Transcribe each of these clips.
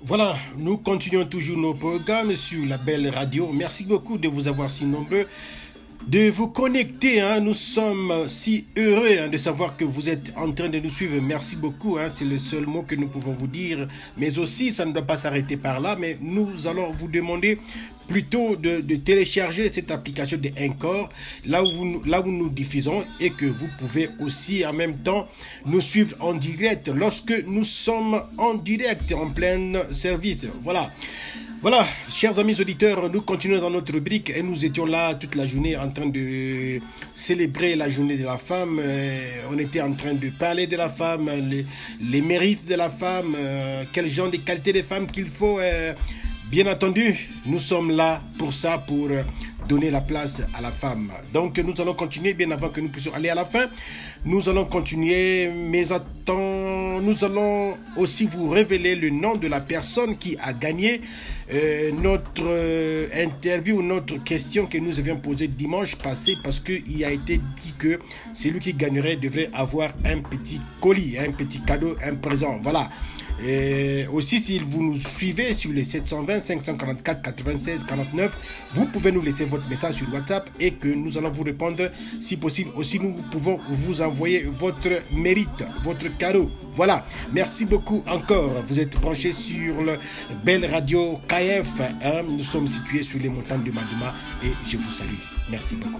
Voilà, nous continuons toujours nos programmes sur la belle radio. Merci beaucoup de vous avoir si nombreux, de vous connecter. Nous sommes si heureux de savoir que vous êtes en train de nous suivre. Merci beaucoup. C'est le seul mot que nous pouvons vous dire. Mais aussi, ça ne doit pas s'arrêter par là. Mais nous allons vous demander plutôt de télécharger cette application de Encore, là où nous diffusons, et que vous pouvez aussi en même temps nous suivre en direct lorsque nous sommes en direct, en plein service. Voilà, chers amis auditeurs, nous continuons dans notre rubrique et nous étions là toute la journée en train de célébrer la journée de la femme. On était en train de parler de la femme, les mérites de la femme, quel genre de qualités de femme qu'il faut. Bien entendu, nous sommes là pour ça, pour donner la place à la femme. Donc nous allons continuer, bien avant que nous puissions aller à la fin. Nous allons continuer, mais attends, nous allons aussi vous révéler le nom de la personne qui a gagné notre interview, notre question que nous avions posée dimanche passé, parce qu'il a été dit que celui qui gagnerait devrait avoir un petit colis, un petit cadeau, un présent. Voilà. Et aussi, si vous nous suivez sur les 720 544 96 49, vous pouvez nous laisser votre message sur WhatsApp et que nous allons vous répondre si possible. Aussi, nous pouvons vous envoyer votre mérite, votre cadeau. Voilà, merci beaucoup encore. Vous êtes branchés sur le Belle Radio KF. Nous sommes situés sur les montagnes de Madouma et je vous salue. Merci beaucoup.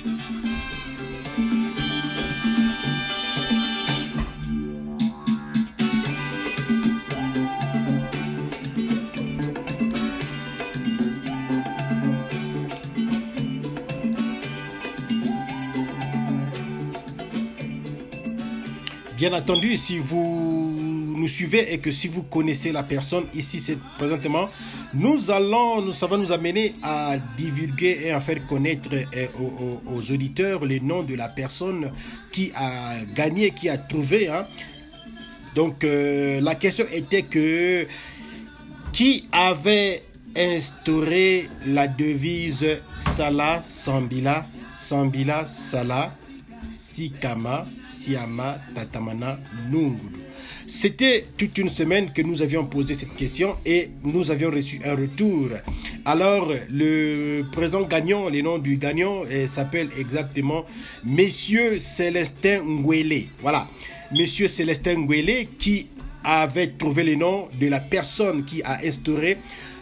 Bien entendu, si vous nous suivez et que si vous connaissez la personne, ici c'est présentement, ça va nous amener à divulguer et à faire connaître aux auditeurs le nom de la personne qui a gagné, qui a trouvé. Donc la question était que qui avait instauré la devise Salah, Sambila, Sambila, Salah, Sikama, Siama, Tatamana, Nungudu. C'était toute une semaine que nous avions posé cette question et nous avions reçu un retour. Alors, le présent gagnant, le nom du gagnant s'appelle exactement Monsieur Célestin Ngwele. Voilà, Monsieur Célestin Ngwele qui avait trouvé le nom de la personne qui a instauré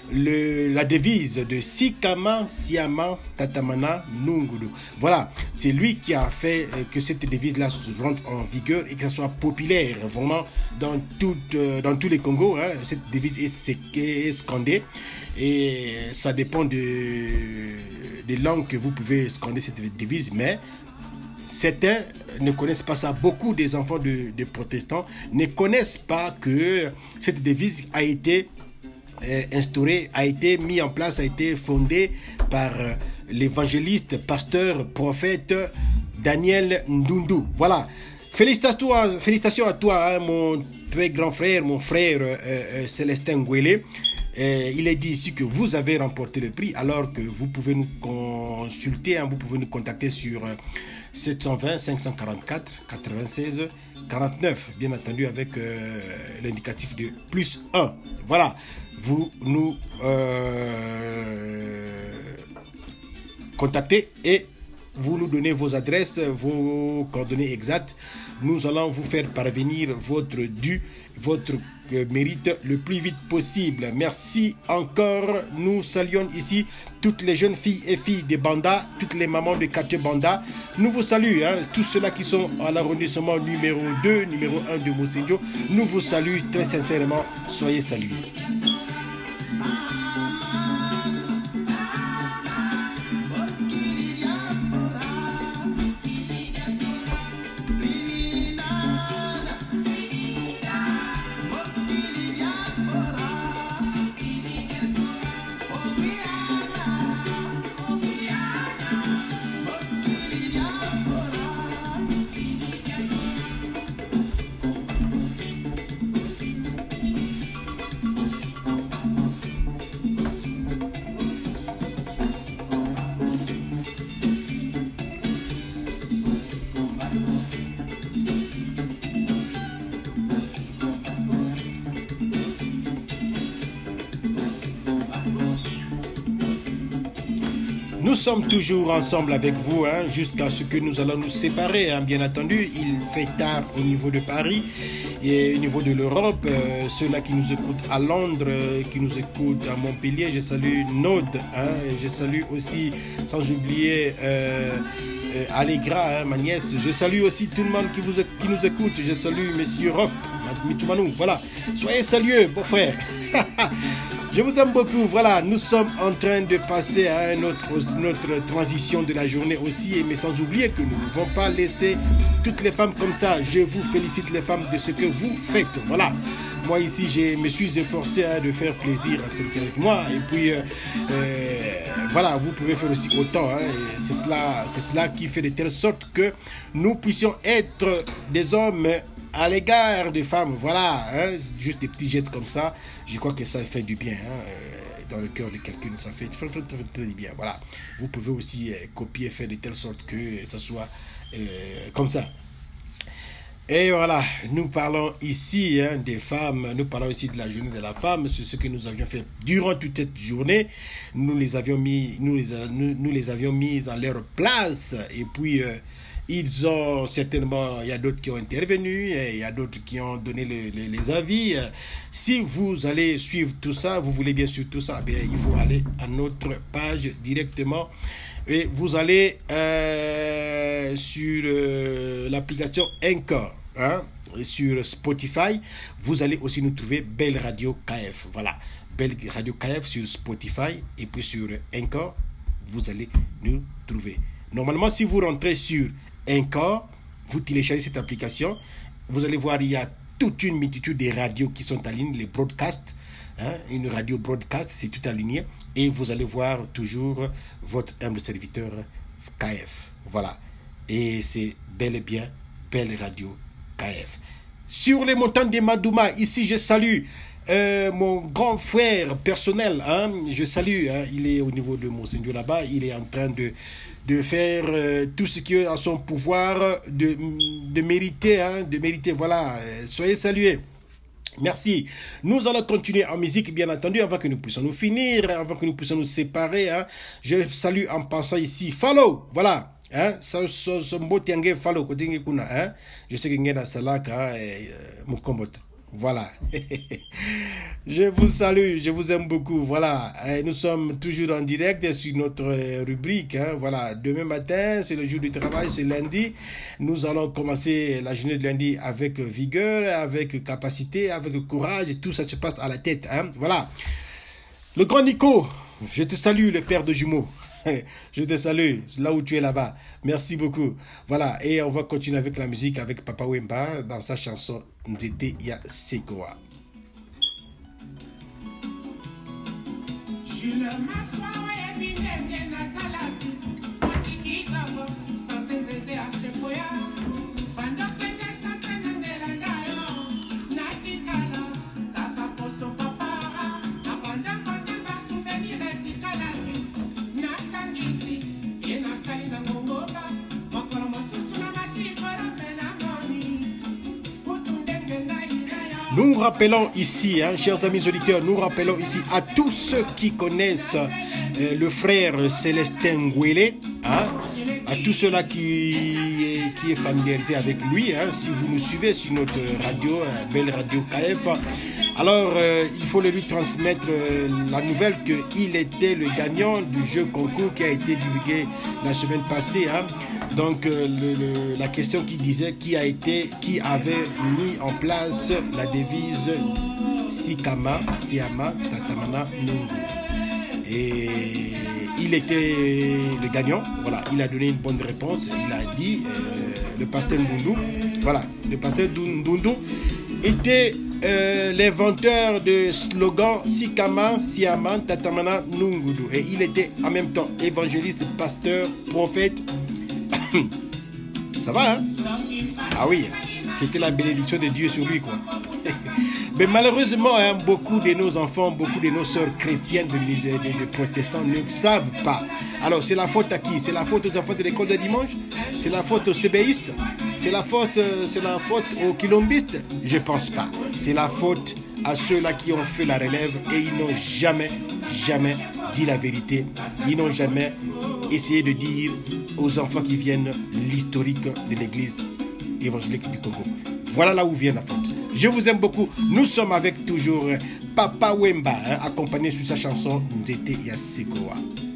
la devise de Sikama, Siama, Tatamana, Nungudu. Voilà, c'est lui qui a fait que cette devise-là rentre en vigueur et que ça soit populaire vraiment dans tous les Congos. Cette devise est scandée et ça dépend des langues que vous pouvez scander cette devise, mais certains ne connaissent pas ça. Beaucoup des enfants de protestants ne connaissent pas que cette devise a été instauré, a été mis en place, a été fondé par l'évangéliste, pasteur, prophète Daniel Ndundu. Voilà. Félicitations à toi, mon très grand frère, mon frère Célestin Ngwele. Il est dit ici que vous avez remporté le prix, alors que vous pouvez nous consulter, vous pouvez nous contacter sur 720 544 96 49, bien entendu avec l'indicatif de +1. Voilà, vous nous contactez et vous nous donnez vos adresses, vos coordonnées exactes. Nous allons vous faire parvenir votre dû, votre mérite le plus vite possible. Merci encore. Nous saluons ici toutes les jeunes filles et filles de Banda, toutes les mamans de quartier Banda. Nous vous saluons, tous ceux-là qui sont à l'arrondissement numéro 2, numéro 1 de Mosenjo. Nous vous saluons très sincèrement. Soyez salués. Nous sommes toujours ensemble avec vous, hein, jusqu'à ce que nous allons nous séparer, hein, bien entendu. Il fait tard au niveau de Paris et au niveau de l'Europe. Ceux-là qui nous écoutent à Londres, qui nous écoutent à Montpellier, je salue Nod, hein, je salue aussi, sans oublier Allegra, hein, ma nièce. Je salue aussi tout le monde qui nous écoute. Je salue Monsieur Rock, Mitoumanou, voilà. Soyez salués, beau frère. Je vous aime beaucoup. Voilà, nous sommes en train de passer à notre transition de la journée aussi, mais sans oublier que nous ne pouvons pas laisser toutes les femmes comme ça. Je vous félicite les femmes de ce que vous faites. Voilà. Moi ici, je me suis efforcé de faire plaisir à celles qui sont avec moi. Et puis, voilà, vous pouvez faire aussi autant. Hein, c'est cela qui fait de telle sorte que nous puissions être des hommes à l'égard des femmes. Voilà, hein, juste des petits gestes comme ça. Je crois que ça fait du bien. Hein, dans le cœur de quelqu'un, ça fait très bien. Voilà. Vous pouvez aussi copier, faire de telle sorte que ça soit comme ça. Et voilà, nous parlons ici des femmes, nous parlons ici de la journée de la femme, c'est ce que nous avions fait durant toute cette journée. Nous les avions mis en leur place, et puis ils ont certainement, il y a d'autres qui ont intervenu, il y a d'autres qui ont donné les avis. Si vous allez suivre tout ça, vous voulez bien suivre tout ça, bien, il faut aller à notre page directement. Et vous allez sur l'application Anchor, hein, sur Spotify. Vous allez aussi nous trouver Belle Radio KF. Voilà, Belle Radio KF sur Spotify. Et puis sur Anchor, vous allez nous trouver. Normalement, si vous rentrez sur Anchor, vous téléchargez cette application, vous allez voir, il y a toute une multitude de radios qui sont en ligne, les broadcasts. Hein, une radio broadcast, c'est tout aligné, et vous allez voir toujours votre humble serviteur KF. Voilà, et c'est bel et bien Belle Radio KF. Sur les montagnes de Madouma, ici je salue mon grand frère personnel, hein, je salue, hein, il est au niveau de Monseigneur là-bas, il est en train de faire tout ce qui est en son pouvoir de mériter, hein, voilà, soyez salués. Merci. Nous allons continuer en musique, bien entendu, avant que nous puissions nous finir, avant que nous puissions nous séparer. Hein. Je salue en passant ici Follow, voilà. Hein, Follow, hein. Je sais que dans Salaka voilà. Je vous salue, je vous aime beaucoup. Voilà, nous sommes toujours en direct sur notre rubrique. Hein. Voilà, demain matin, c'est le jour du travail, c'est lundi. Nous allons commencer la journée de lundi avec vigueur, avec capacité, avec courage. Et tout ça se passe à la tête. Hein. Voilà. Le grand Nico, je te salue, le père de jumeaux. Je te salue, là où tu es là-bas. Merci beaucoup. Voilà, et on va continuer avec la musique avec Papa Wemba dans sa chanson Nzete Ya Sekoa. Nous rappelons ici, hein, chers amis auditeurs, nous rappelons ici à tous ceux qui connaissent le frère Célestin Ngwele, hein, à tous ceux-là qui est familiarisé avec lui, hein, si vous nous suivez sur notre radio, Belle Radio KF, alors il faut lui transmettre la nouvelle qu'il était le gagnant du jeu concours qui a été divulgué la semaine passée. Hein. Donc la question qui disait qui avait mis en place la devise Sikama, Siama, Tatamana, Nungu. Et il était le gagnant, voilà, il a donné une bonne réponse, il a dit, le pasteur Ndundu, voilà, le pasteur Ndundu était l'inventeur de slogan Sikama, Siama, Tatamana, Nungudu. Et il était en même temps évangéliste, pasteur, prophète. Ça va, hein? Ah oui, c'était la bénédiction de Dieu sur lui, quoi. Mais malheureusement, hein, beaucoup de nos enfants, beaucoup de nos sœurs chrétiennes, de protestants ne savent pas. Alors, c'est la faute à qui? C'est la faute aux enfants de l'école de dimanche? C'est la faute aux CBistes? C'est la faute aux quilombistes? Je pense pas. C'est la faute à ceux-là qui ont fait la relève et ils n'ont jamais dit la vérité. Ils n'ont jamais essayer de dire aux enfants qui viennent l'historique de l'église évangélique du Congo. Voilà là où vient la faute. Je vous aime beaucoup. Nous sommes avec toujours Papa Wemba, accompagné sur sa chanson Nzete Yasekoa.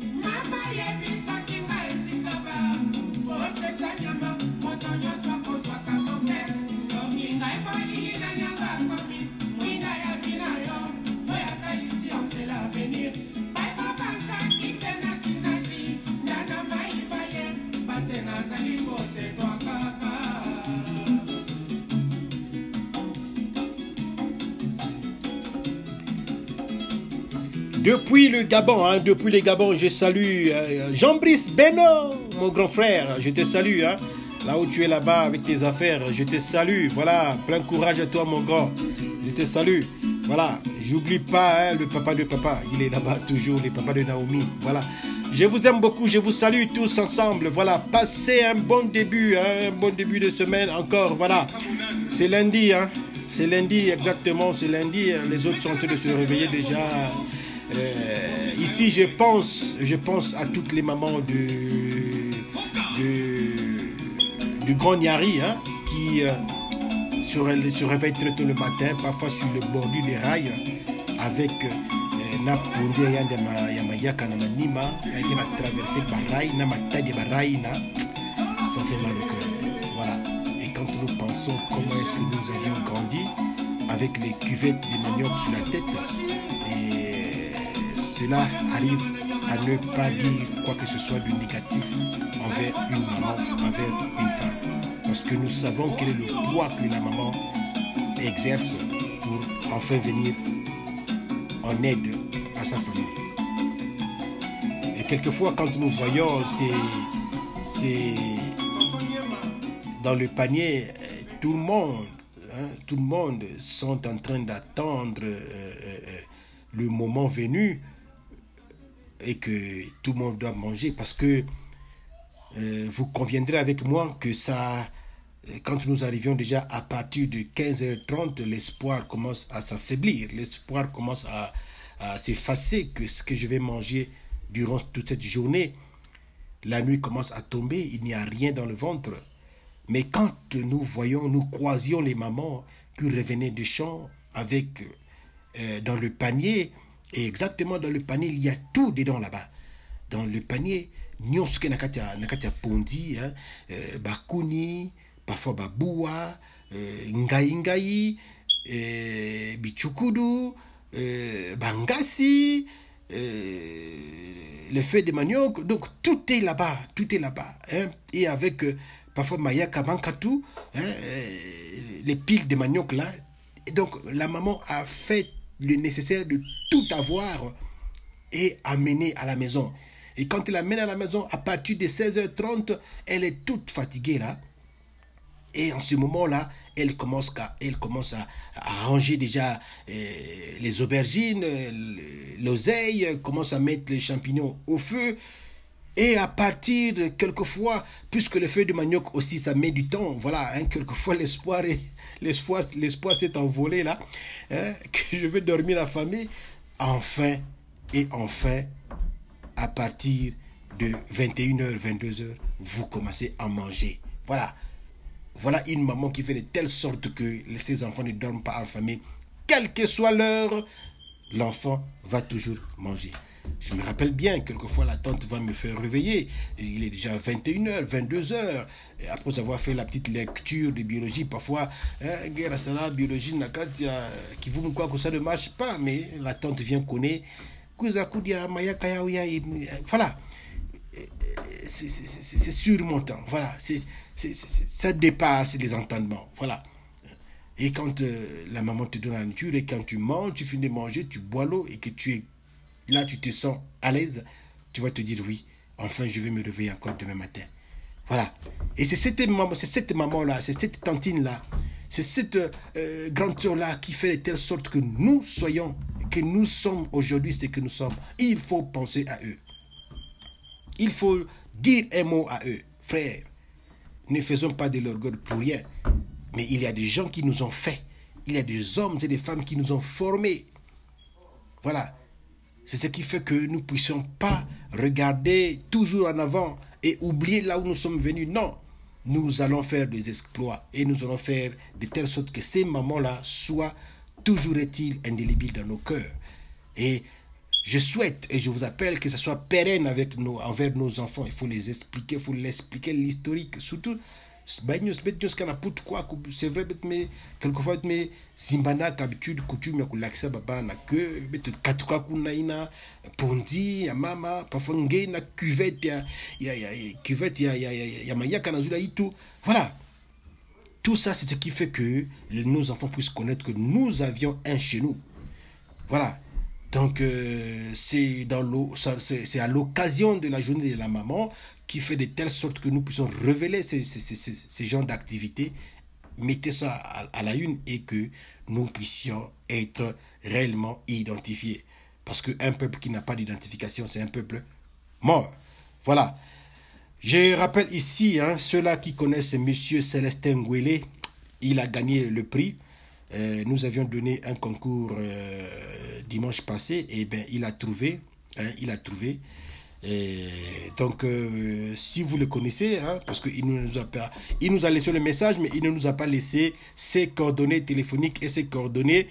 Depuis le Gabon, je salue Jean-Brice Beno, mon grand frère, je te salue, là où tu es là-bas avec tes affaires, je te salue, voilà, plein courage à toi mon grand, je te salue, voilà, j'oublie pas le papa de papa, il est là-bas toujours, le papa de Naomi, voilà, je vous aime beaucoup, je vous salue tous ensemble, voilà, passez un bon début de semaine encore, voilà, c'est lundi, c'est lundi exactement, c'est lundi, les autres sont en train de se réveiller déjà. Ici, je pense à toutes les mamans du Grand Niari qui se réveillent très tôt le matin, parfois sur le bordure des rails, avec Naponde Yamayaka Namanima, qui a traversé le rail, Namatadi Baraï, ça fait mal au cœur. Voilà. Et quand nous pensons comment est-ce que nous avions grandi, avec les cuvettes de manioc sur la tête, cela arrive à ne pas dire quoi que ce soit de négatif envers une maman, envers une femme. Parce que nous savons quel est le poids que la maman exerce pour enfin venir en aide à sa famille. Et quelquefois, quand nous voyons c'est dans le panier, tout le monde sont en train d'attendre le moment venu et que tout le monde doit manger, parce que vous conviendrez avec moi que ça, quand nous arrivions déjà à partir de 15h30, l'espoir commence à s'affaiblir, l'espoir commence à s'effacer, que ce que je vais manger durant toute cette journée, la nuit commence à tomber, il n'y a rien dans le ventre. Mais quand nous croisions les mamans qui revenaient des champs avec dans le panier, et exactement dans le panier, il y a tout dedans là-bas. Dans le panier, nyosuke nakatia pondi, bakuni, parfois baboua, ngai, bichukudu, bangasi, les feuilles de manioc. Donc tout est là-bas, et avec parfois mayaka bankatu, les piles de manioc là. Et donc la maman a fait le nécessaire de tout avoir et amener à la maison. Et quand elle amène à la maison, à partir de 16h30, elle est toute fatiguée là. Et en ce moment-là, elle commence à ranger déjà les aubergines, l'oseille, commence à mettre les champignons au feu. Et à partir de quelquefois, puisque le feu de manioc aussi, ça met du temps, voilà, quelquefois l'espoir s'est envolé là, que je vais dormir affamé. Enfin, à partir de 21h, 22h, vous commencez à manger. Voilà une maman qui fait de telle sorte que ses enfants ne dorment pas affamés. Quelle que soit l'heure, l'enfant va toujours manger. Je me rappelle bien, quelquefois la tante va me faire réveiller. Il est déjà 21h, 22h. Et après avoir fait la petite lecture de biologie, parfois, biologie, qui vous quoi que ça ne marche pas, mais la tante vient connaître. Voilà. C'est surmontant. Voilà. Ça dépasse les entendements. Voilà. Et quand la maman te donne la nourriture, et quand tu manges, tu finis de manger, tu bois l'eau, et que là, tu te sens à l'aise, tu vas te dire oui, enfin, je vais me réveiller encore demain matin. Voilà. Et c'est cette maman-là, c'est cette tantine-là, c'est cette grande sœur-là qui fait de telle sorte que nous sommes aujourd'hui ce que nous sommes. Il faut penser à eux. Il faut dire un mot à eux. Frères, ne faisons pas de l'orgueil pour rien. Mais il y a des gens qui nous ont fait. Il y a des hommes et des femmes qui nous ont formés. Voilà. C'est ce qui fait que nous ne puissions pas regarder toujours en avant et oublier là où nous sommes venus. Non, nous allons faire des exploits et nous allons faire de telle sorte que ces moments-là soient toujours est-il indélébiles dans nos cœurs. Et je souhaite et je vous appelle que ça soit pérenne envers nos enfants. Il faut les expliquer, il faut l'expliquer l'historique. Surtout, c'est vrai, mais quelquefois, mais Zimbana, habitude, coutume, ya kulakisa baba na que, mais katuka kunaina, pondi, ya mama, parfois ngé na cuvette, cuvette, ya mayaka na zula itu. Voilà. Tout ça, c'est ce qui fait que nos enfants puissent connaître que nous avions un chez nous. Voilà. Donc, c'est à l'occasion de la journée de la maman qui fait de telle sorte que nous puissions révéler ces genres d'activités, mettez ça à la une et que nous puissions être réellement identifiés. Parce qu'un peuple qui n'a pas d'identification, c'est un peuple mort. Voilà. Je rappelle ici, ceux-là qui connaissent M. Célestin Ngwele, il a gagné le prix. Nous avions donné un concours dimanche passé, et bien il a trouvé, donc si vous le connaissez, parce qu'il nous a laissé le message, mais il ne nous a pas laissé ses coordonnées téléphoniques et ses coordonnées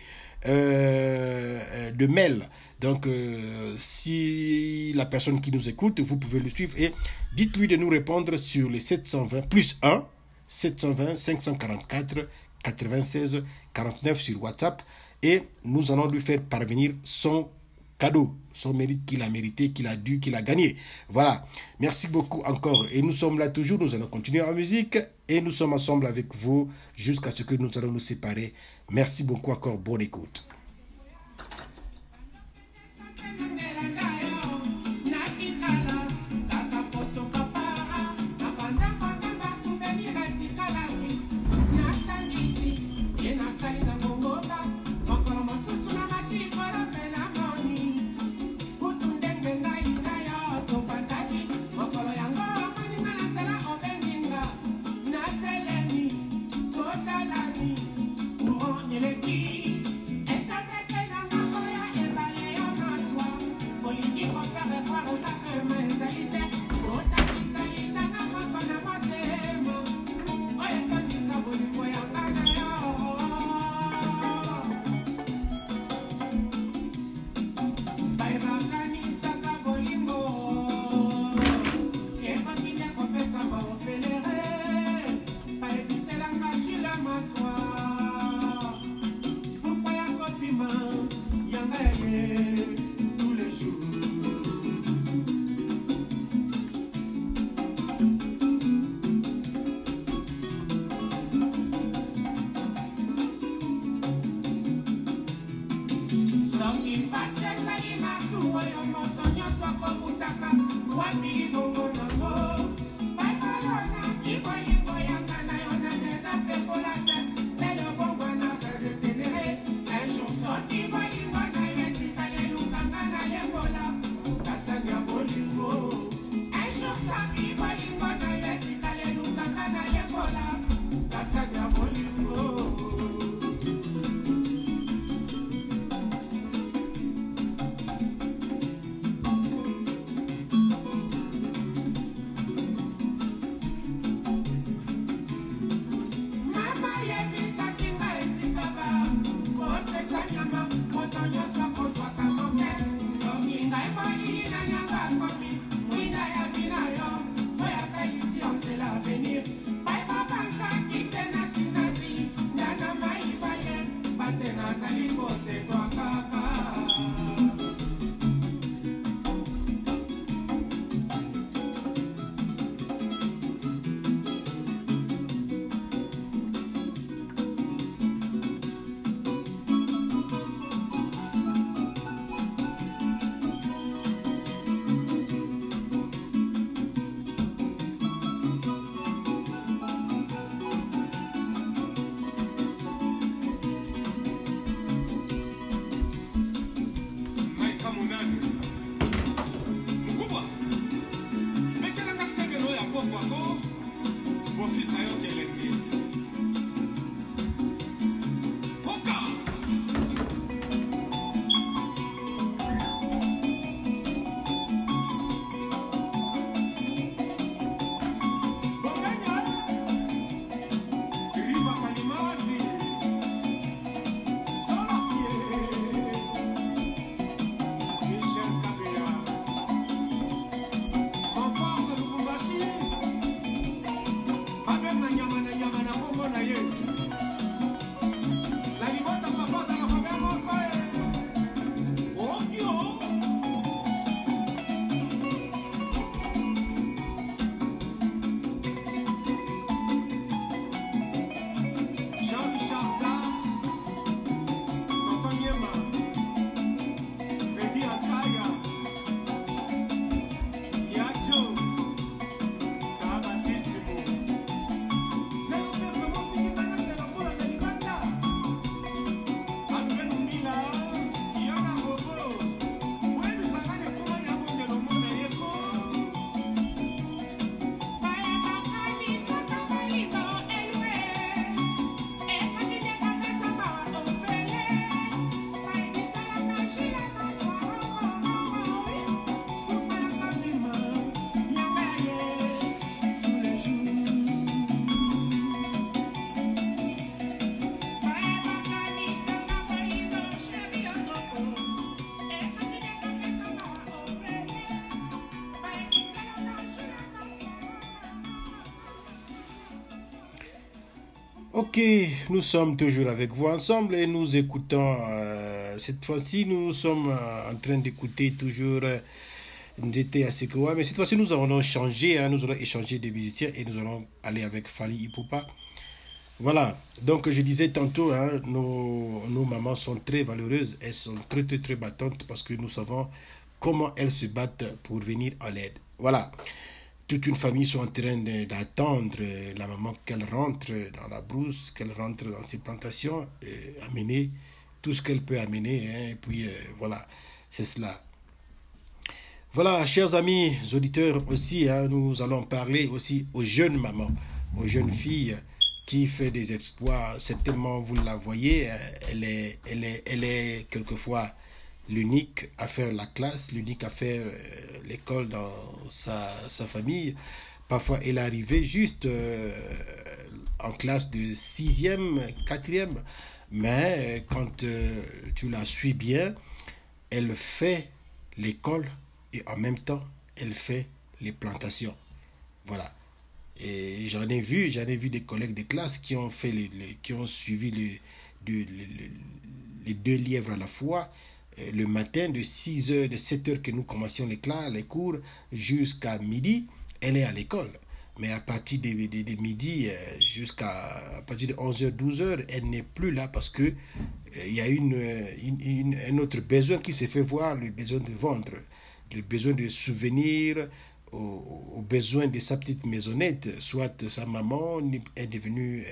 de mail. Donc si la personne qui nous écoute, vous pouvez le suivre et dites-lui de nous répondre sur les 720 plus 1 720 544 96 49 sur WhatsApp et nous allons lui faire parvenir son cadeau, son mérite qu'il a mérité, qu'il a dû, qu'il a gagné. Voilà. Merci beaucoup encore. Et nous sommes là toujours, nous allons continuer en musique et nous sommes ensemble avec vous jusqu'à ce que nous allons nous séparer. Merci beaucoup encore. Bonne écoute. Ok, nous sommes toujours avec vous ensemble et nous écoutons. Cette fois-ci, nous sommes en train d'écouter toujours. Nous étions à Sekowa, mais cette fois-ci, nous allons changer. Nous allons échanger des musiciens et nous allons aller avec Fally Ipupa. Voilà, donc je disais tantôt, nos mamans sont très valeureuses, elles sont très très très battantes parce que nous savons comment elles se battent pour venir en aide. Voilà, toute une famille sont en train d'attendre la maman qu'elle rentre dans la brousse, qu'elle rentre dans ses plantations, amener tout ce qu'elle peut amener, et puis voilà, c'est cela. Voilà, chers amis auditeurs aussi, nous allons parler aussi aux jeunes mamans, aux jeunes filles qui fait des exploits. Certainement, vous la voyez, elle est quelquefois l'unique à faire la classe, l'unique à faire l'école dans sa famille. Parfois, elle est arrivée juste en classe de 6e, 4e, mais quand tu la suis bien, elle fait l'école et en même temps, elle fait les plantations. Voilà. Et j'en ai vu des collègues de classe qui ont fait qui ont suivi les 2 lièvres à la fois le matin de 6 heures, de 7 heures que nous commencions les cours jusqu'à midi, elle est à l'école. Mais à partir de midi jusqu'à partir de 11 heures, 12 heures, elle n'est plus là parce que il y a un autre besoin qui s'est fait voir, le besoin de vendre, le besoin de souvenir, aux besoins de sa petite maisonnette. Soit sa maman est devenue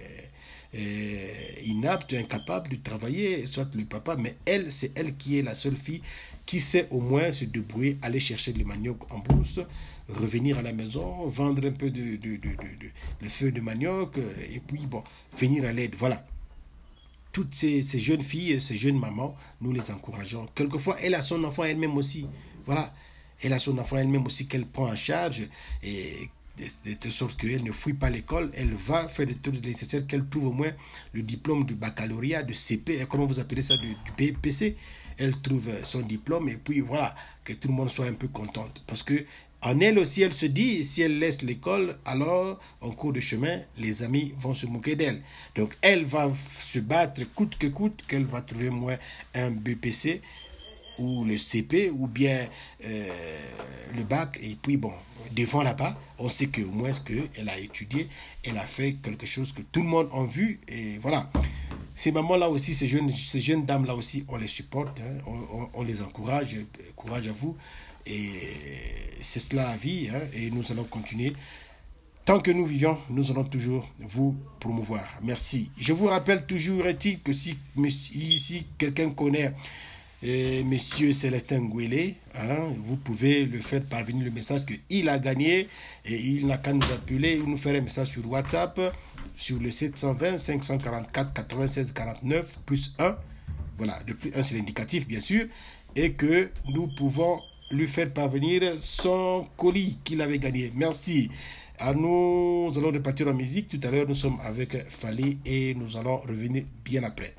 inapte, incapable de travailler, soit le papa, mais elle, c'est elle qui est la seule fille qui sait au moins se débrouiller, aller chercher le manioc en brousse, revenir à la maison, vendre un peu de feuilles de manioc, et puis bon, venir à l'aide. Voilà. Toutes ces jeunes filles, ces jeunes mamans, nous les encourageons. Quelquefois, elle a son enfant elle-même aussi. Voilà. Elle a son enfant elle-même aussi qu'elle prend en charge et de sorte qu'elle ne fouille pas l'école, elle va faire le tout nécessaire, qu'elle trouve au moins le diplôme du baccalauréat, de CP, comment vous appelez ça, du BPC. Elle trouve son diplôme et puis voilà, que tout le monde soit un peu contente. Parce que en elle aussi, elle se dit, si elle laisse l'école, alors en cours de chemin, les amis vont se moquer d'elle. Donc elle va se battre coûte que coûte, qu'elle va trouver au moins un BPC ou le CP ou bien le bac, et puis bon, devant là-bas, on sait qu'au moins qu'elle a étudié, elle a fait quelque chose que tout le monde a vu, et voilà. Ces mamans-là aussi, ces jeunes dames-là aussi, on les supporte, on les encourage, courage à vous, et c'est cela la vie, et nous allons continuer. Tant que nous vivons, nous allons toujours vous promouvoir. Merci. Je vous rappelle toujours que si quelqu'un connaît Monsieur Célestin Ngouélé, vous pouvez le faire parvenir le message qu'il a gagné et il n'a qu'à nous appeler ou nous faire un message sur WhatsApp sur le 720 544 96 49 plus 1. Voilà, le plus 1 c'est l'indicatif bien sûr, et que nous pouvons lui faire parvenir son colis qu'il avait gagné. Merci. Nous allons repartir en musique. Tout à l'heure, nous sommes avec Fally et nous allons revenir bien après.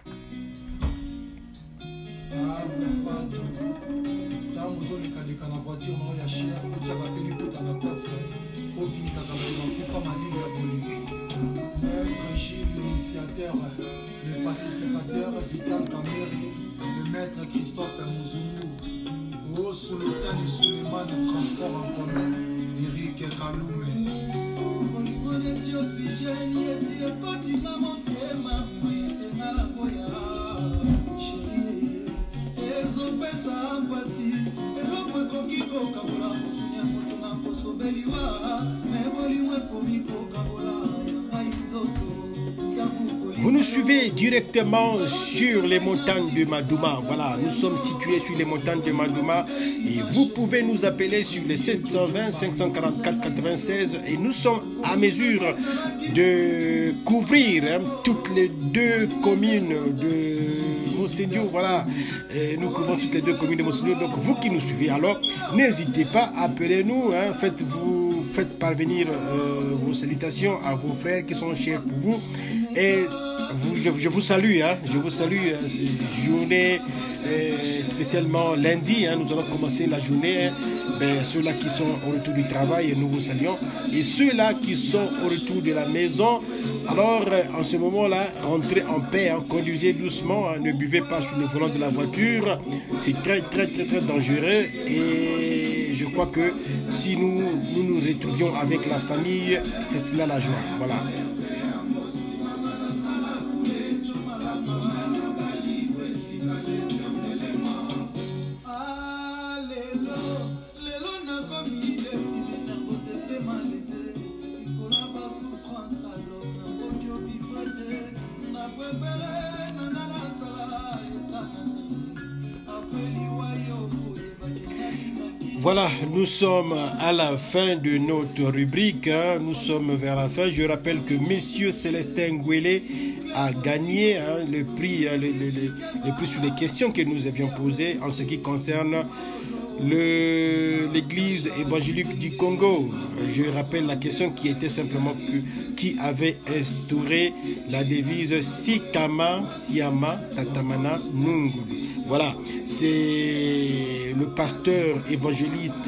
Maître Gilles, l'initiateur, le pacificateur Vital Kameri, le maître Christophe Mouzungu, au Sultan et Suleiman, transport en commun, Eric Kaloumé. Vous nous suivez directement sur les montagnes de Madouma. Voilà, nous sommes situés sur les montagnes de Madouma et vous pouvez nous appeler sur les 720 544 96 et nous sommes à mesure de couvrir toutes les 2 communes de Mossédio. Voilà, nous couvrons toutes les 2 communes de Mossédio. Donc vous qui nous suivez, alors n'hésitez pas, appelez-nous, faites parvenir vos salutations à vos frères qui sont chers pour vous. Et je vous salue, hein, je vous salue, cette journée, spécialement lundi, hein, nous allons commencer la journée, hein, ceux-là qui sont au retour du travail, nous vous saluons, et ceux-là qui sont au retour de la maison, alors en ce moment-là, rentrez en paix, hein, conduisez doucement, hein, ne buvez pas sous le volant de la voiture, c'est très dangereux, et je crois que si nous retrouvions avec la famille, c'est cela la joie, voilà. Voilà, nous sommes à la fin de notre rubrique, hein. Nous sommes vers la fin. Je rappelle que Monsieur Célestin Ngwele a gagné, hein, le prix sur les questions que nous avions posées en ce qui concerne l'église évangélique du Congo. Je rappelle la question qui était simplement qui avait instauré la devise Sikama, Siama, Tatamana, Nungulu. Voilà, c'est le pasteur évangéliste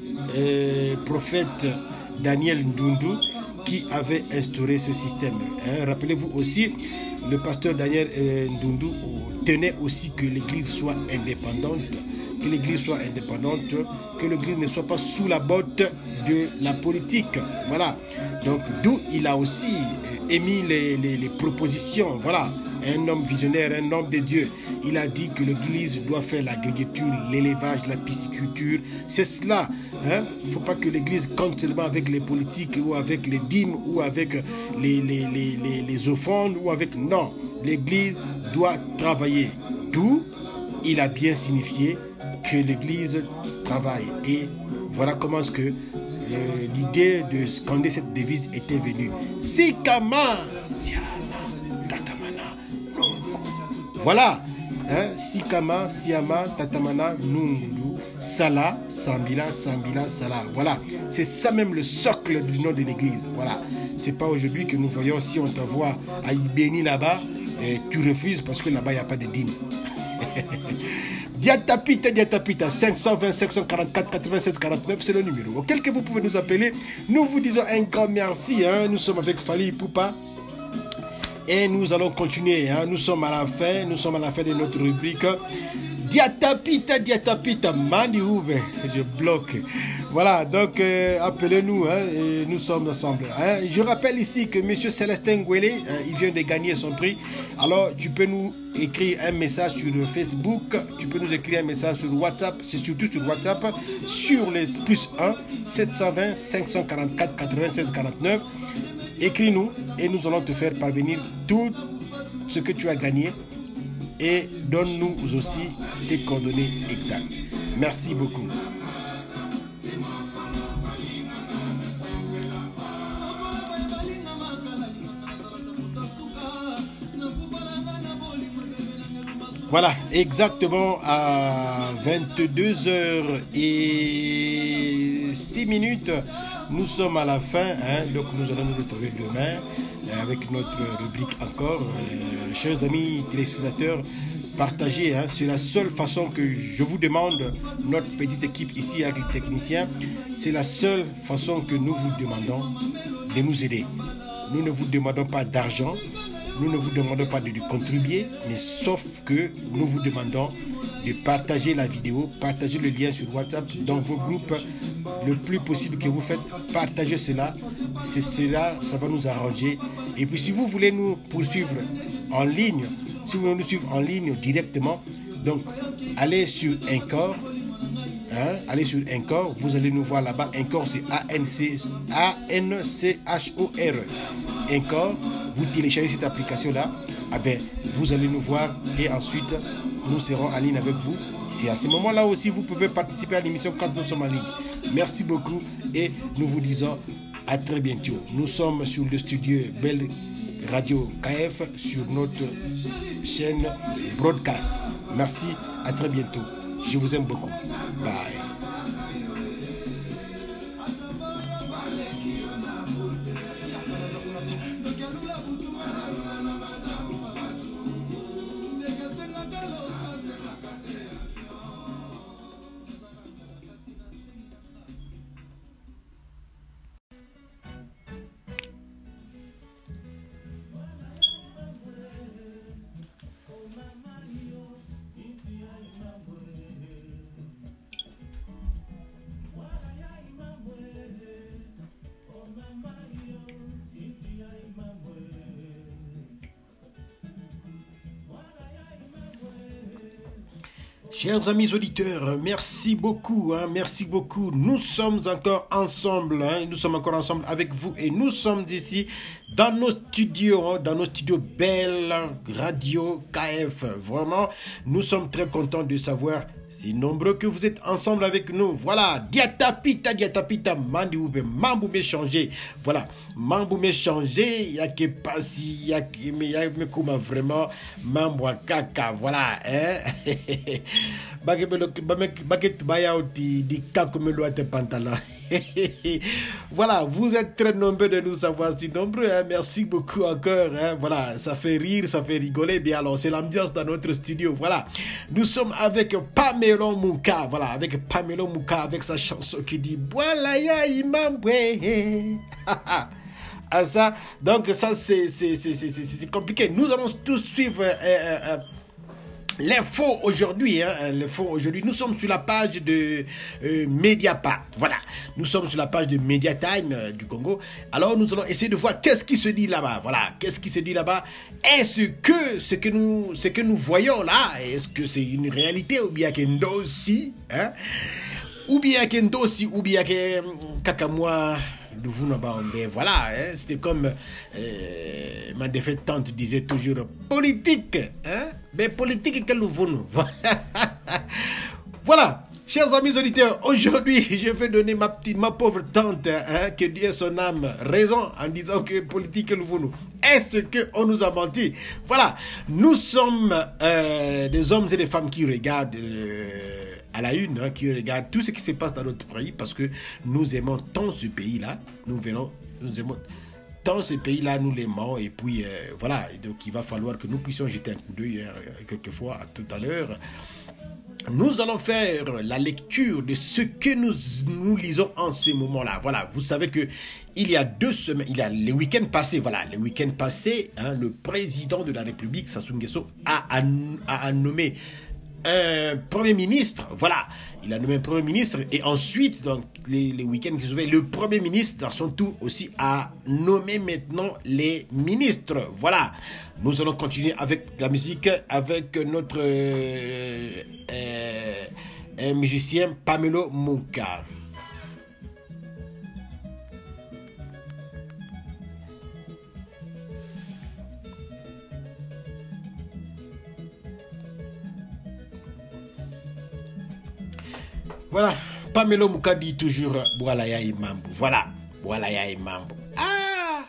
prophète Daniel Ndundu qui avait instauré ce système. Hein. Rappelez-vous aussi, le pasteur Daniel Ndundu tenait aussi que l'église soit indépendante, que l'église ne soit pas sous la botte de la politique. Voilà, donc d'où il a aussi émis les propositions. Voilà, un homme visionnaire, un homme de Dieu. Il a dit que l'église doit faire l'agriculture, l'élevage, la pisciculture. C'est cela. Hein? Il ne faut pas que l'église compte seulement avec les politiques ou avec les dîmes ou avec les offrandes ou avec... Non, l'église doit travailler. D'où il a bien signifié que l'église travaille. Et voilà comment est-ce que l'idée de scander cette devise était venue. Sikama, Siama, Tatamana, Nungu. Voilà. Hein? Sikama, Siama, Tatamana, Nungu, Sala, Sambila, Sambila, Sala. Voilà. C'est ça même le socle du nom de l'église. Voilà. C'est pas aujourd'hui que nous voyons si on t'envoie à Ibéni là-bas, tu refuses parce que là-bas il n'y a pas de dîme. Diatapita, 520 544 96 49, c'est le numéro auquel que vous pouvez nous appeler. Nous vous disons un grand merci. Hein. Nous sommes avec Fally Ipupa et nous allons continuer. Hein. Nous sommes à la fin de notre rubrique. Diatapita, Mandihoube, je bloque. Voilà, donc appelez-nous, hein, et nous sommes ensemble. Hein. Je rappelle ici que M. Célestin Ngwele, il vient de gagner son prix. Alors, tu peux nous écrire un message sur Facebook, tu peux nous écrire un message sur WhatsApp, c'est surtout sur WhatsApp, sur les +1 720 544 96 49. Écris-nous et nous allons te faire parvenir tout ce que tu as gagné. Et donne-nous aussi tes coordonnées exactes. Merci beaucoup. Voilà, exactement à 22h06, nous sommes à la fin, hein, donc nous allons nous retrouver demain avec notre rubrique encore. Chers amis téléspectateurs, partagez, hein, c'est la seule façon que je vous demande, notre petite équipe ici avec les techniciens, c'est la seule façon que nous vous demandons de nous aider. Nous ne vous demandons pas d'argent, nous ne vous demandons pas de contribuer, mais sauf que nous vous demandons de partager la vidéo, partager le lien sur WhatsApp dans vos groupes le plus possible que vous faites. Partagez cela, c'est cela, ça va nous arranger. Et puis si vous voulez nous poursuivre en ligne, si vous voulez nous suivre en ligne directement, donc allez sur Anchor, hein, allez sur Anchor, vous allez nous voir là-bas. Anchor, c'est A-N-C-H-O-R. Anchor, vous téléchargez cette application-là, ah ben, vous allez nous voir et ensuite nous serons en ligne avec vous. C'est à ce moment-là aussi vous pouvez participer à l'émission quand nous sommes en ligne. Merci beaucoup et nous vous disons à très bientôt. Nous sommes sur le studio Belle Radio KF sur notre chaîne Broadcast. Merci, à très bientôt. Je vous aime beaucoup. Bye. Chers amis auditeurs, merci beaucoup, merci beaucoup. Nous sommes encore ensemble, nous sommes encore ensemble avec vous et nous sommes ici dans nos studios Belle Radio KF. Vraiment, nous sommes très contents de savoir si nombreux que vous êtes ensemble avec nous. Voilà, diatapita, mandioube, mamboumé changé. Voilà, mamboumé changé, il y a que passi, il y a que kuma vraiment, mamboua kaka, voilà, hein. Voilà, vous êtes très nombreux de nous savoir si nombreux, hein. Merci beaucoup encore, hein. Voilà, ça fait rire, ça fait rigoler. Bien alors, c'est l'ambiance dans notre studio. Voilà, nous sommes avec Pamelo Mouka. Voilà, avec Pamelo Mouka, avec sa chanson qui dit voilà ya imambwe. Ah ça, donc ça c'est compliqué. Nous allons tous suivre l'info aujourd'hui, l'info aujourd'hui. Nous sommes sur la page de Mediapart. Voilà, nous sommes sur la page de Mediatime du Congo. Alors nous allons essayer de voir qu'est-ce qui se dit là-bas. Voilà, qu'est-ce qui se dit là-bas. Est-ce que ce que nous voyons là, est-ce que c'est une réalité ou bien qu'il y a un dossier, hein? Ou bien qu'il y a un dossier, ou bien qu'il y a Kakamwa. Mais voilà, hein, c'est comme ma défaite tante disait toujours politique, hein? Mais politique que nous voulons. Voilà, chers amis auditeurs, aujourd'hui je vais donner ma pauvre tante, hein, que Dieu ait son âme, raison en disant que politique que nous voulons. Est-ce qu'on nous a menti? Voilà, nous sommes des hommes et des femmes qui regardent à la une, hein, qui regarde tout ce qui se passe dans notre pays parce que nous aimons tant ce pays-là, nous aimons tant ce pays-là, nous l'aimons et puis voilà, donc il va falloir que nous puissions jeter un coup d'œil quelquefois à tout à l'heure. Nous allons faire la lecture de ce que nous lisons en ce moment-là. Voilà, vous savez que il y a 2 semaines, il y a les week-ends passés, voilà, les week-ends passés, hein, le président de la République, Sassou Nguesso, a nommé un premier ministre, voilà, il a nommé un premier ministre et ensuite, donc les week-ends qui se fait, le premier ministre dans son tour aussi a nommé maintenant les ministres. Voilà, nous allons continuer avec la musique avec notre musicien Pamelo Mouka. Voilà, Pamelo Mouka dit toujours voilà ya imambo. Voilà, voilà ya imambo. Ah.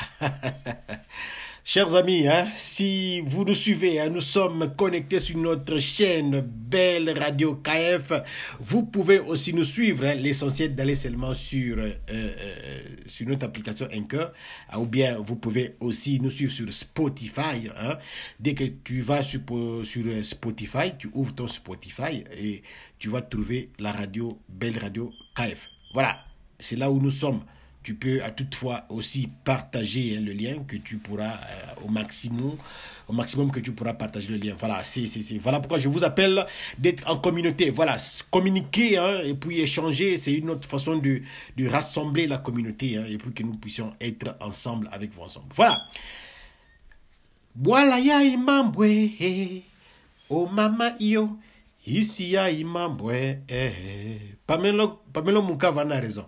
Chers amis, hein, si vous nous suivez, hein, nous sommes connectés sur notre chaîne Belle Radio KF. Vous pouvez aussi nous suivre, hein, l'essentiel d'aller seulement sur notre application Anchor, ou bien vous pouvez aussi nous suivre sur Spotify. Hein. Dès que tu vas sur Spotify, tu ouvres ton Spotify et tu vas trouver la radio Belle Radio KF. Voilà, c'est là où nous sommes. Tu peux à toutefois aussi partager, hein, le lien que tu pourras au maximum que tu pourras partager le lien. Voilà, voilà pourquoi je vous appelle d'être en communauté. Voilà, communiquer, hein, et puis échanger, c'est une autre façon de rassembler la communauté, hein, et puis que nous puissions être ensemble avec vous ensemble. Voilà. Voilà ya imambwe, oh mama iyo, ici ya imambwe, Pamelo Mouka a raison.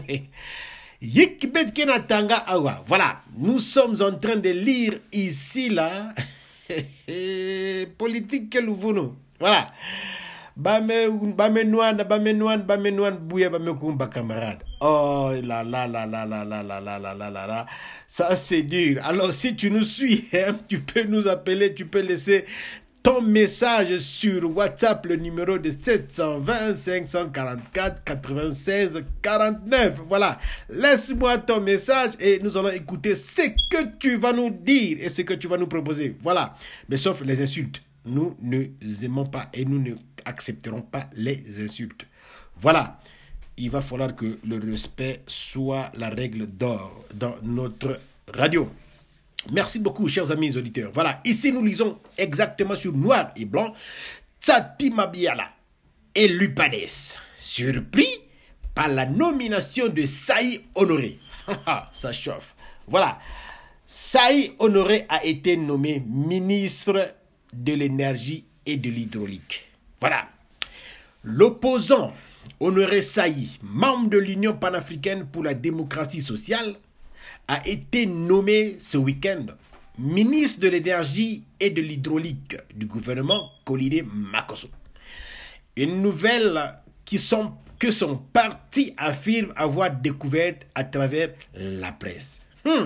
Voilà, nous sommes en train de lire ici là politique que nous voulons. Voilà. Camarade. Oh là là là là là là là là là là là là. Ça c'est dur. Alors si tu nous suis, hein, tu peux nous appeler, tu peux laisser ton message sur WhatsApp, le numéro de 720 544 96 49. Voilà, laisse-moi ton message et nous allons écouter ce que tu vas nous dire et ce que tu vas nous proposer. Voilà, mais sauf les insultes. Nous ne aimons pas et nous ne accepterons pas les insultes. Voilà, il va falloir que le respect soit la règle d'or dans notre radio. Merci beaucoup, chers amis auditeurs. Voilà, ici nous lisons exactement sur noir et blanc Tsati Mabiala et Lupades, surpris par la nomination de Saï Honoré. Ça chauffe. Voilà, Saï Honoré a été nommé ministre de l'énergie et de l'hydraulique. Voilà. L'opposant Honoré Saï, membre de l'Union panafricaine pour la démocratie sociale, a été nommé ce week-end ministre de l'énergie et de l'hydraulique du gouvernement Colidé Makosso. Une nouvelle que son parti affirme avoir découverte à travers la presse.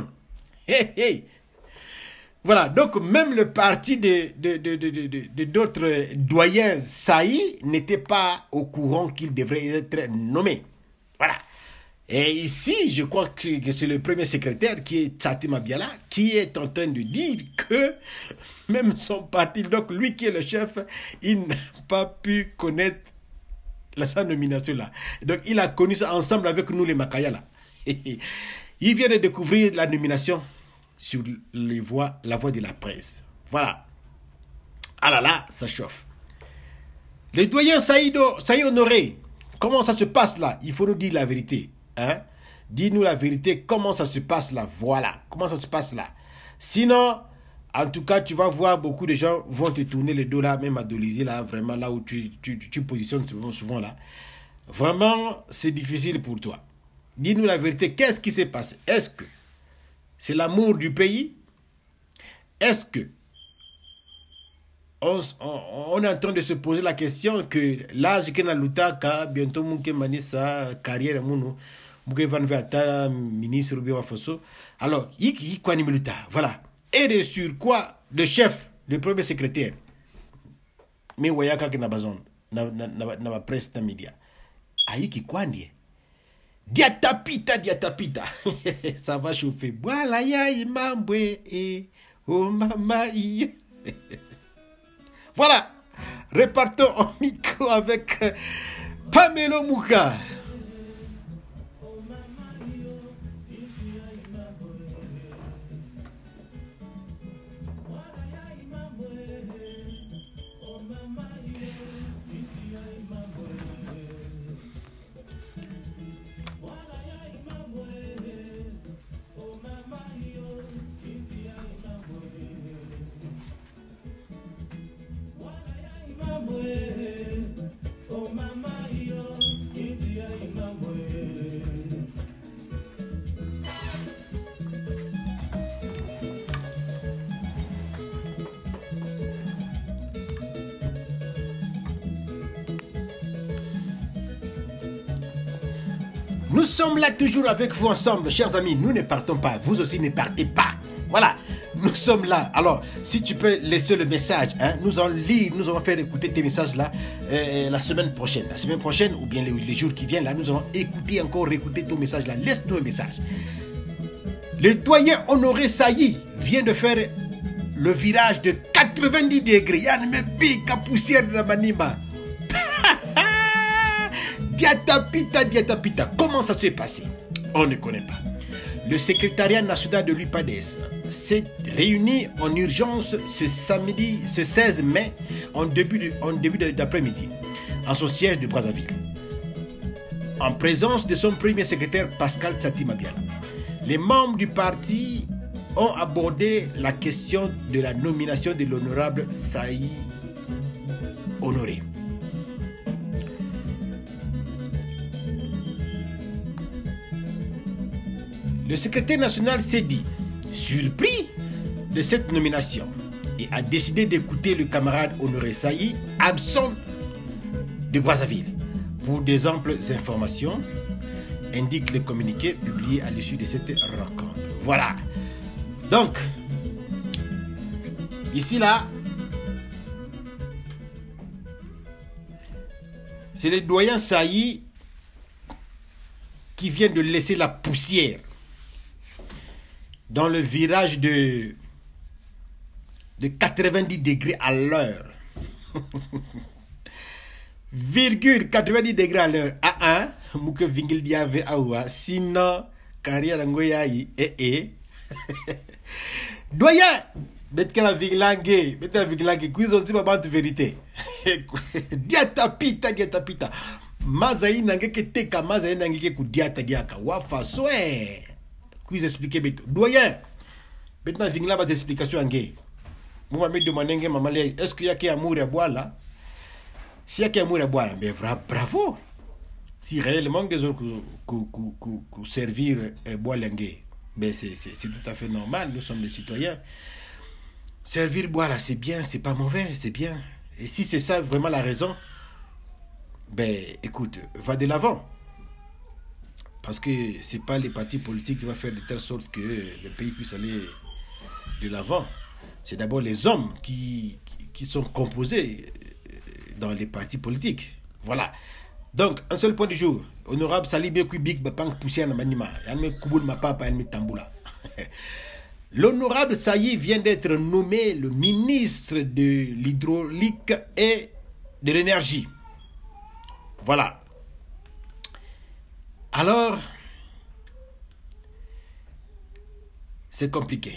Voilà, donc même le parti d'autres doyens Saï n'était pas au courant qu'il devrait être nommé. Voilà. Et ici, je crois que c'est le premier secrétaire qui est Tchati Mabiala qui est en train de dire que même son parti, donc lui qui est le chef, il n'a pas pu connaître sa nomination là. Donc il a connu ça ensemble avec nous les Makaya là. Il vient de découvrir la nomination sur la voix de la presse. Voilà. Ah là là, ça chauffe. Le doyen Saï Honoré, comment ça se passe là? Il faut nous dire la vérité. Hein? Dis-nous la vérité, comment ça se passe là? Voilà, comment ça se passe là? Sinon, en tout cas, tu vas voir beaucoup de gens vont te tourner le dos là, même à Dolisie là, vraiment là où tu positionnes souvent là. Vraiment, c'est difficile pour toi. Dis-nous la vérité, qu'est-ce qui s'est passé? Est-ce que c'est l'amour du pays? Est-ce que on est en train de se poser la question que l'âge qu'on a l'utaka, bientôt mouke manisa carrière mounou, mouke van veata ministre Rubi Wafoso. Alors, il quoi ni voilà. Et de sur quoi le chef, le premier secrétaire, mais wayaka que n'a besoin, n'a presse na média. Aïe qui quoi ni? Diatapita. Ça va chauffer. Voilà ya imambwe et oh mama i. Voilà. Repartons en micro avec Pamelo Mouka. Nous sommes là toujours avec vous ensemble, chers amis. Nous ne partons pas. Vous aussi ne partez pas. Voilà. Nous sommes là. Alors, si tu peux laisser le message, hein, nous allons lire, nous allons faire écouter tes messages là la semaine prochaine. La semaine prochaine ou bien les jours qui viennent là, nous allons écouter encore, réécouter ton message là. Laisse-nous un message. Le doyen Honoré Saï vient de faire le virage de 90 degrés. Yann me pique à poussière de la manima. Diatapita. Comment ça s'est passé? On ne connaît pas. Le secrétariat national de l'UPADES s'est réuni en urgence ce samedi, ce 16 mai, en début d'après-midi, en son siège de Brazzaville, en présence de son premier secrétaire Pascal Tchati Mabiala. Les membres du parti ont abordé la question de la nomination de l'honorable Saï Honoré. Le secrétaire national s'est dit surpris de cette nomination et a décidé d'écouter le camarade Honoré Saï, absent de Brazzaville. Pour des amples informations, indique le communiqué publié à l'issue de cette rencontre. Voilà. Donc, ici là, c'est le doyen Saï qui vient de laisser la poussière dans le virage de 90 degrés à l'heure. Virgule 90 degrés à l'heure. Mouke vingil diave awa. Sinon, carrière ngoyayi. Doyen, mettez la viglangue. Mettez la viglangue. Cuisons si ma bande vérité. Diatapita. Mazaï nangeke teka. Mazaï nangeke ku diata. Wafa soe. Puis expliquer doyen. Maintenant vingla ba explication angé. Moi me demander maman est-ce qu'il y a qui amour à boire là? S'il y a quelqu'un qui a boire, ben bravo. Si réellement des autres qui servir boire l'anguille, ben c'est tout à fait normal. Nous sommes des citoyens. Servir boire là, c'est bien, c'est pas mauvais, c'est bien. Et si c'est ça vraiment la raison, ben écoute, va de l'avant. Parce que c'est pas les partis politiques qui vont faire de telle sorte que le pays puisse aller de l'avant. C'est d'abord les hommes qui sont composés dans les partis politiques. Voilà. Donc, un seul point du jour. Honorable Salibé Kubik Bapang Poussière Namanima. Yanme Kuboul Mapapa Yanme Tamboula. L'honorable Saï vient d'être nommé le ministre de l'hydraulique et de l'énergie. Voilà. Alors, c'est compliqué.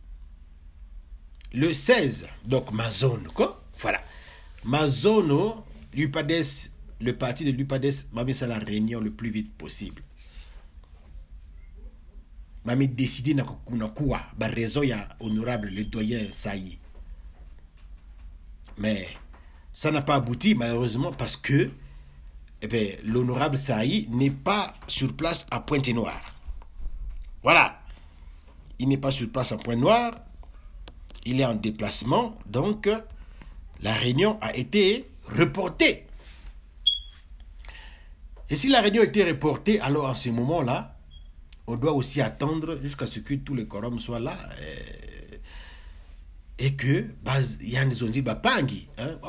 Le 16, donc ma zone, quoi. Voilà. Ma zone, l'UPADES, le parti de l'UPADES m'a mis à la réunion le plus vite possible. M'a mis décidé na quoi, bah raison il y a honorable le doyen Saï. Mais ça n'a pas abouti malheureusement parce que l'honorable Saï n'est pas sur place à Pointe-Noire. Voilà. Il n'est pas sur place à Pointe-Noire. Il est en déplacement. Donc, la réunion a été reportée. Et si la réunion a été reportée, alors en ce moment-là, on doit aussi attendre jusqu'à ce que tous les quorums soient là. Et que, il y a des zones bapangi.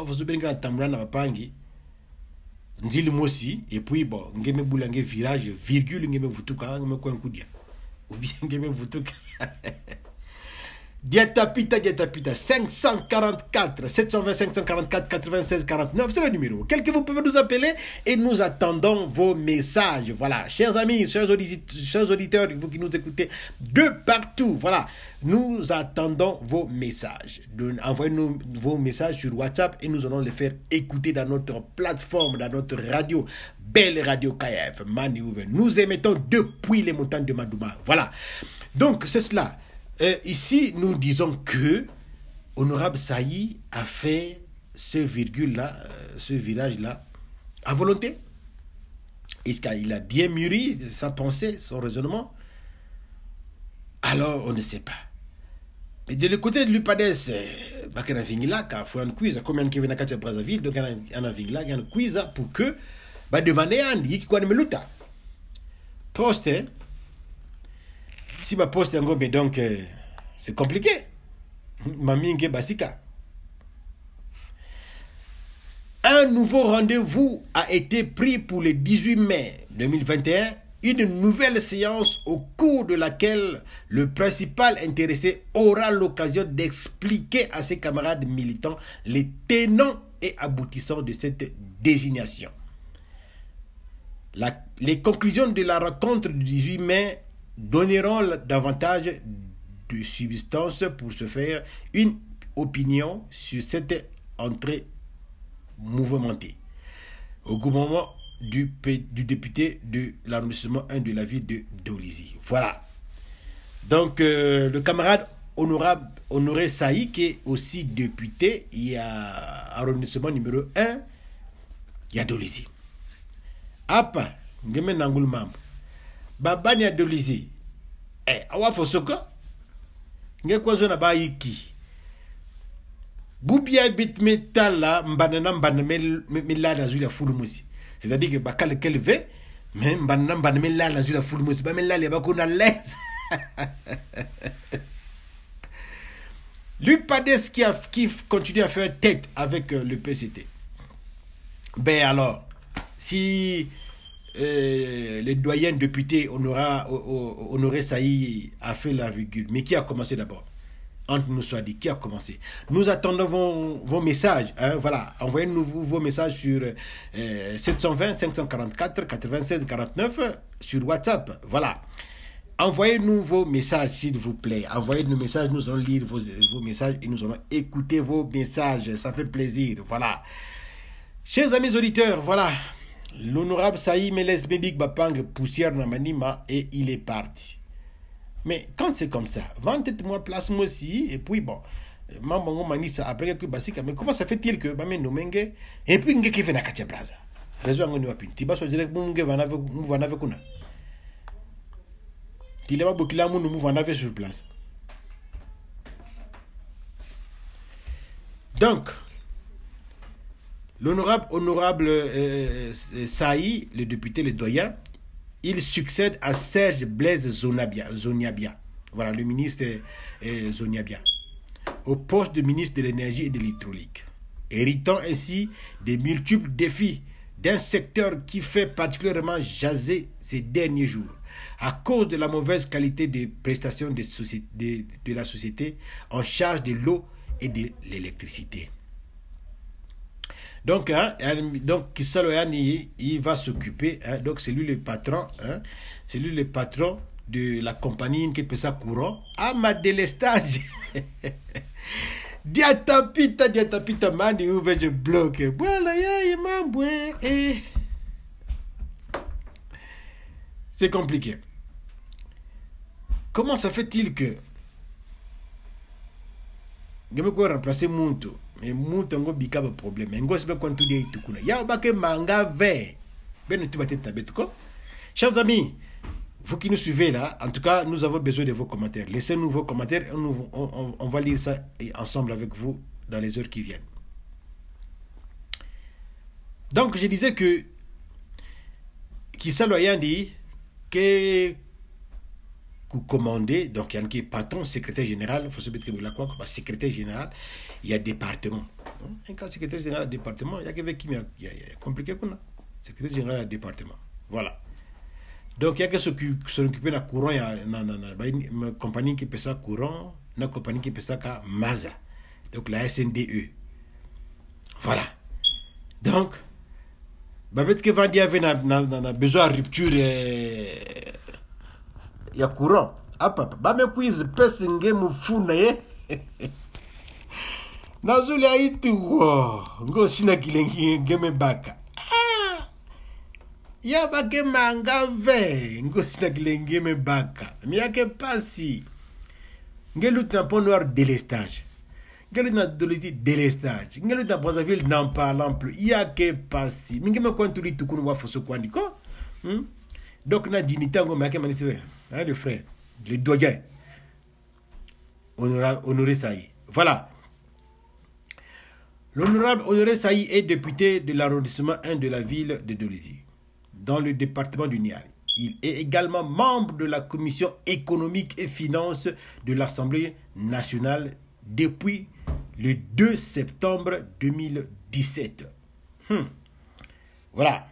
Ndili mosi et puis bon ngeme boulange virage virgule ngeme vutuka ngeme kwa nkudia ou bien ngeme vutuka diatapita 544 720 544 96 49 c'est le numéro. Quel que vous pouvez nous appeler et nous attendons vos messages. Voilà, chers amis, chers auditeurs, vous qui nous écoutez de partout, voilà, nous attendons vos messages. Envoyez-nous vos messages sur WhatsApp et nous allons les faire écouter dans notre plateforme, dans notre radio, Belle Radio KF Maniouve. Nous émettons depuis les montagnes de Madouma. Voilà, donc c'est cela. Ici, nous disons que Honorable Saï a fait ce virgule-là, ce virage-là, à volonté. Est-ce qu'il a bien mûri sa pensée, son raisonnement? Alors, on ne sait pas. Mais de le côté de l'UPADES, il y a un quiz, comme il y a un Brazzaville, donc il y a un quiz pour que, demander à Andy qui me luta. Poste, si ma poste est donc c'est compliqué. Mamingue Basika. Un nouveau rendez-vous a été pris pour le 18 mai 2021, une nouvelle séance au cours de laquelle le principal intéressé aura l'occasion d'expliquer à ses camarades militants les tenants et aboutissants de cette désignation. Les conclusions de la rencontre du 18 mai donneront davantage de substance pour se faire une opinion sur cette entrée mouvementée au gouvernement du député de l'arrondissement 1 de la ville de Dolisie. Voilà. Donc, le camarade honorable Honoré Saï, qui est aussi député, il y a arrondissement numéro 1, il y a Dolisie. Apa, ngeme nangul mambo. Babani ya Dolisie. Awa fosoka. Nge kwazo na ba iki. Bubia bit metala mbanana mela na zula fulumusi. C'est-à-dire que bakale quel ve mais mbanana mela na zula fulumusi ba mela le bakuna l'aise. L'UPADES qui continue à faire tête avec le PCT. Ben alors, si le doyen député Honoré Saï a fait la virgule, mais qui a commencé d'abord? Entre nous soit dit, qui a commencé? Nous attendons vos messages. Hein, voilà, envoyez-nous vos messages sur 720 544 96 49 sur WhatsApp. Voilà. Envoyez-nous vos messages, s'il vous plaît. Envoyez nos messages, nous allons lire vos messages et nous allons écouter vos messages. Ça fait plaisir. Voilà. Chers amis auditeurs, voilà. L'honorable Saï Meles Bebik Bapang poussière Namanima et il est parti. Mais quand c'est comme ça, vente-moi, place-moi aussi, et puis bon, Mambo manisa après que basika mais comment ça fait-il que ba nommé et puis nge qui vient à Katia Braza raison ngoni wapi tiba so direct munge vanave kuna tileba bokila mu nous vanave sur place. Donc l'honorable Saï, le député, le doyen, il succède à Serge Blaise Zoniabia, voilà le ministre Zoniabia, au poste de ministre de l'énergie et de l'hydraulique, héritant ainsi des multiples défis d'un secteur qui fait particulièrement jaser ces derniers jours à cause de la mauvaise qualité des prestations de la société en charge de l'eau et de l'électricité. Donc, Kissa Loyani, il va s'occuper, donc c'est lui le patron, c'est lui le patron de la compagnie qui fait ça courant, à ma délestage. Diatapita, mani, où je bloque. Voilà, c'est compliqué. Comment ça fait-il que je me peux remplacer Muntu? Mais Muntu ngo bika ba problème. Ngo sebe quand tu dis tukuna. Ya ba ke manga ve. Ben tu vas te tabet ko. Chers amis, vous qui nous suivez là, en tout cas, nous avons besoin de vos commentaires. Laissez-nous vos commentaires. On va lire ça ensemble avec vous dans les heures qui viennent. Donc, je disais que Kissa Loyani que commandé, donc il y a un qui est patron, secrétaire général, il faut se mettre là quoi, secrétaire général, il y a département. Quand secrétaire général département, il y a quelqu'un qui est compliqué qu'on a. Secrétaire général département. Voilà. Donc il y a quelqu'un qui s'occupe de la courant, il y a une compagnie qui fait ça courant, une compagnie qui fait ça Maza. Donc la SNDE. Voilà. Donc, peut-être que Vandi avait besoin de rupture. Ya courant apa ba me quiz pesa ngemu funa ye nazuli aitu ngo sina kilengi ngeme baka ya bake manga ve ngo sina kilengi me baka mi yake pasi ngelu na pont noir délestage ngelu na délestage ngelu na Brazzaville n'en parlant plus yake pasi mi ngeme kontuli tukunu wa foso kwandiko donc na dignité ngo make manisi le frère, le doyen, Honoré Saï. Voilà. L'honorable Honoré Saï est député de l'arrondissement 1 de la ville de Dolisie, dans le département du Niari. Il est également membre de la commission économique et finances de l'Assemblée nationale depuis le 2 septembre 2017. Voilà.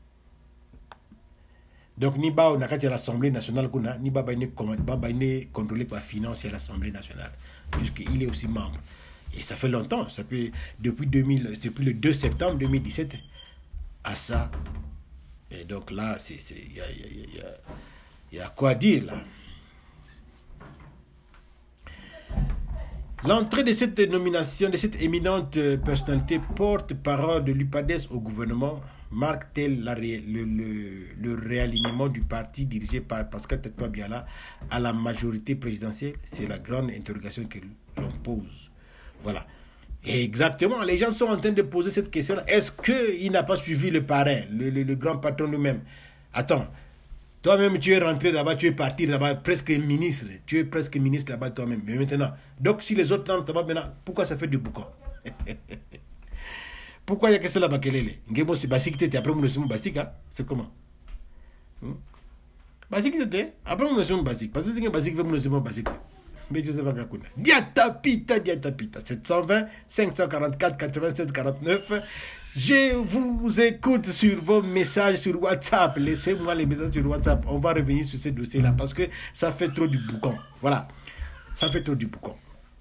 Donc, ni ba on a qu'à l'Assemblée nationale qu'on a, ni ba contrôlé par finance à l'Assemblée nationale, puisqu'il est aussi membre. Et ça fait longtemps, ça fait depuis le 2 septembre 2017 à ça. Et donc là, il y a quoi dire là. L'entrée de cette nomination, de cette éminente personnalité porte-parole de l'UPADES au gouvernement, marque-t-elle le réalignement du parti dirigé par Pascal Tetoa-Biala à la majorité présidentielle? C'est la grande interrogation que l'on pose. Voilà. Et exactement, les gens sont en train de poser cette question-là. Est-ce qu'il n'a pas suivi le parrain, le grand patron lui-même? Attends, toi-même tu es rentré là-bas, tu es parti là-bas, presque ministre. Tu es presque ministre là-bas toi-même. Mais maintenant, donc si les autres n'entrent pas maintenant, pourquoi ça fait du boucan? Pourquoi il y a que cela bakelele? Ngemo si basique t'es après mon notion basique, c'est comment? Basique t'es après mon notion basique. Parce que c'est basique fait mon notion basique. Mais je sais pas quoi. Diatapita 720 544 96 49. Je vous écoute sur vos messages sur WhatsApp. Laissez-moi les messages sur WhatsApp. On va revenir sur ces dossiers-là parce que ça fait trop du boucan. Voilà, ça fait trop du boucan.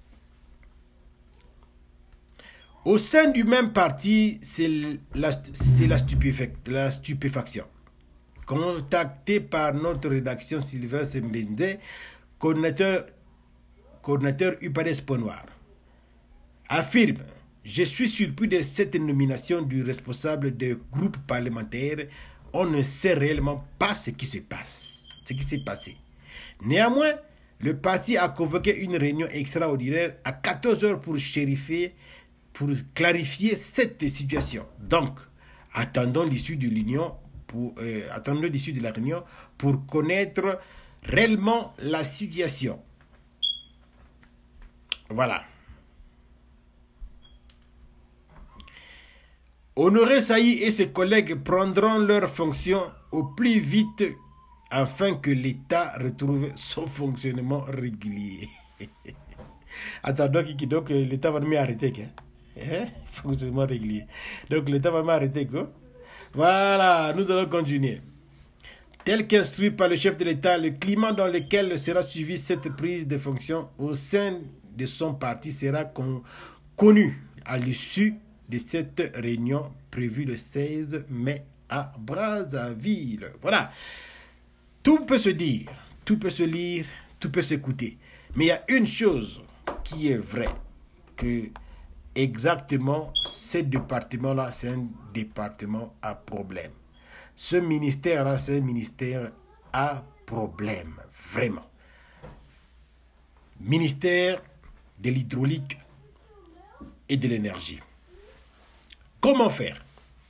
Au sein du même parti, c'est la stupéfaction. Contacté par notre rédaction, Sylvestre Mbenze, coordinateur UPADES Pont Noir, affirme: je suis surpris de cette nomination du responsable des groupes parlementaires. On ne sait réellement pas ce qui se passe, ce qui s'est passé. Néanmoins, Le parti a convoqué une réunion extraordinaire à 14 h pour clarifier cette situation. Donc, attendons l'issue de la réunion pour connaître réellement la situation. Voilà. Honoré Saï et ses collègues prendront leurs fonctions au plus vite afin que l'État retrouve son fonctionnement régulier. Attends, donc l'État va m'arrêter, fonctionnement régulier. Donc l'État va m'arrêter, quoi. Voilà, nous allons continuer. Tel qu'instruit par le chef de l'État, le climat dans lequel sera suivie cette prise de fonction au sein de son parti sera connu à l'issue de cette réunion prévue le 16 mai à Brazzaville. Voilà. Tout peut se dire, tout peut se lire, tout peut s'écouter. Mais il y a une chose qui est vraie, que exactement ce département-là, c'est un département à problème. Ce ministère-là, c'est un ministère à problème, vraiment. Ministère de l'hydraulique et de l'énergie. Comment faire?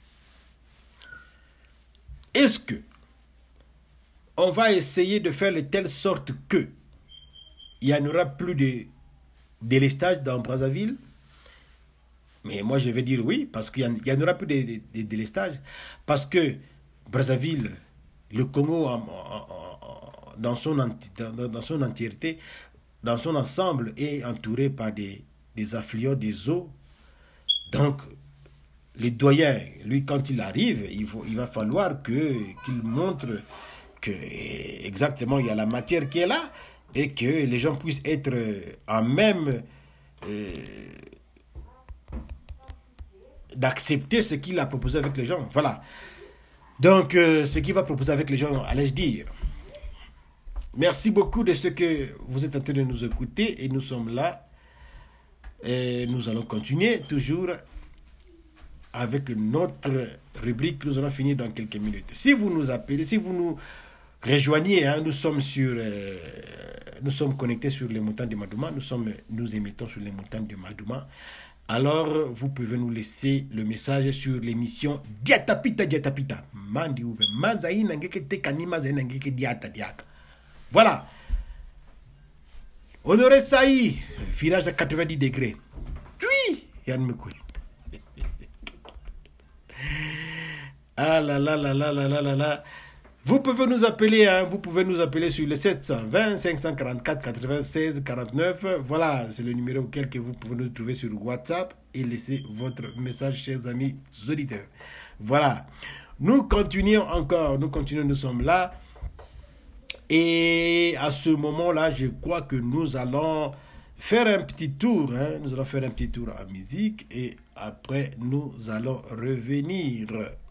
Est-ce que on va essayer de faire de telle sorte que il n'y en aura plus de délestage dans Brazzaville? Mais moi je vais dire oui, parce qu'il n'y en aura plus de délestage, parce que Brazzaville, le Congo dans son entièreté, dans son ensemble, est entouré par des affluents des eaux. Donc le doyen, lui, quand il arrive, il va falloir qu'il montre que exactement il y a la matière qui est là et que les gens puissent être en même d'accepter ce qu'il a proposé avec les gens. Voilà. Donc, ce qu'il va proposer avec les gens, allais-je dire. Merci beaucoup de ce que vous êtes en train de nous écouter et nous sommes là. Et nous allons continuer toujours avec notre rubrique. Nous allons finir dans quelques minutes. Si vous nous appelez, si vous nous rejoignez, nous sommes connectés sur les montagnes de Madouma. Nous émettons sur les montagnes de Madouma. Alors, vous pouvez nous laisser le message sur l'émission Diatapita. Voilà. Honoré Saï, virage à 90 degrés. Oui, Yann Mekoui. Ah là là là là là là là là. Vous pouvez nous appeler, sur le 720 544 96 49. Voilà, c'est le numéro auquel que vous pouvez nous trouver sur WhatsApp et laisser votre message, chers amis auditeurs. Voilà, nous continuons, nous sommes là. Et à ce moment-là, je crois que nous allons faire un petit tour. Nous allons faire un petit tour en musique et après, nous allons revenir.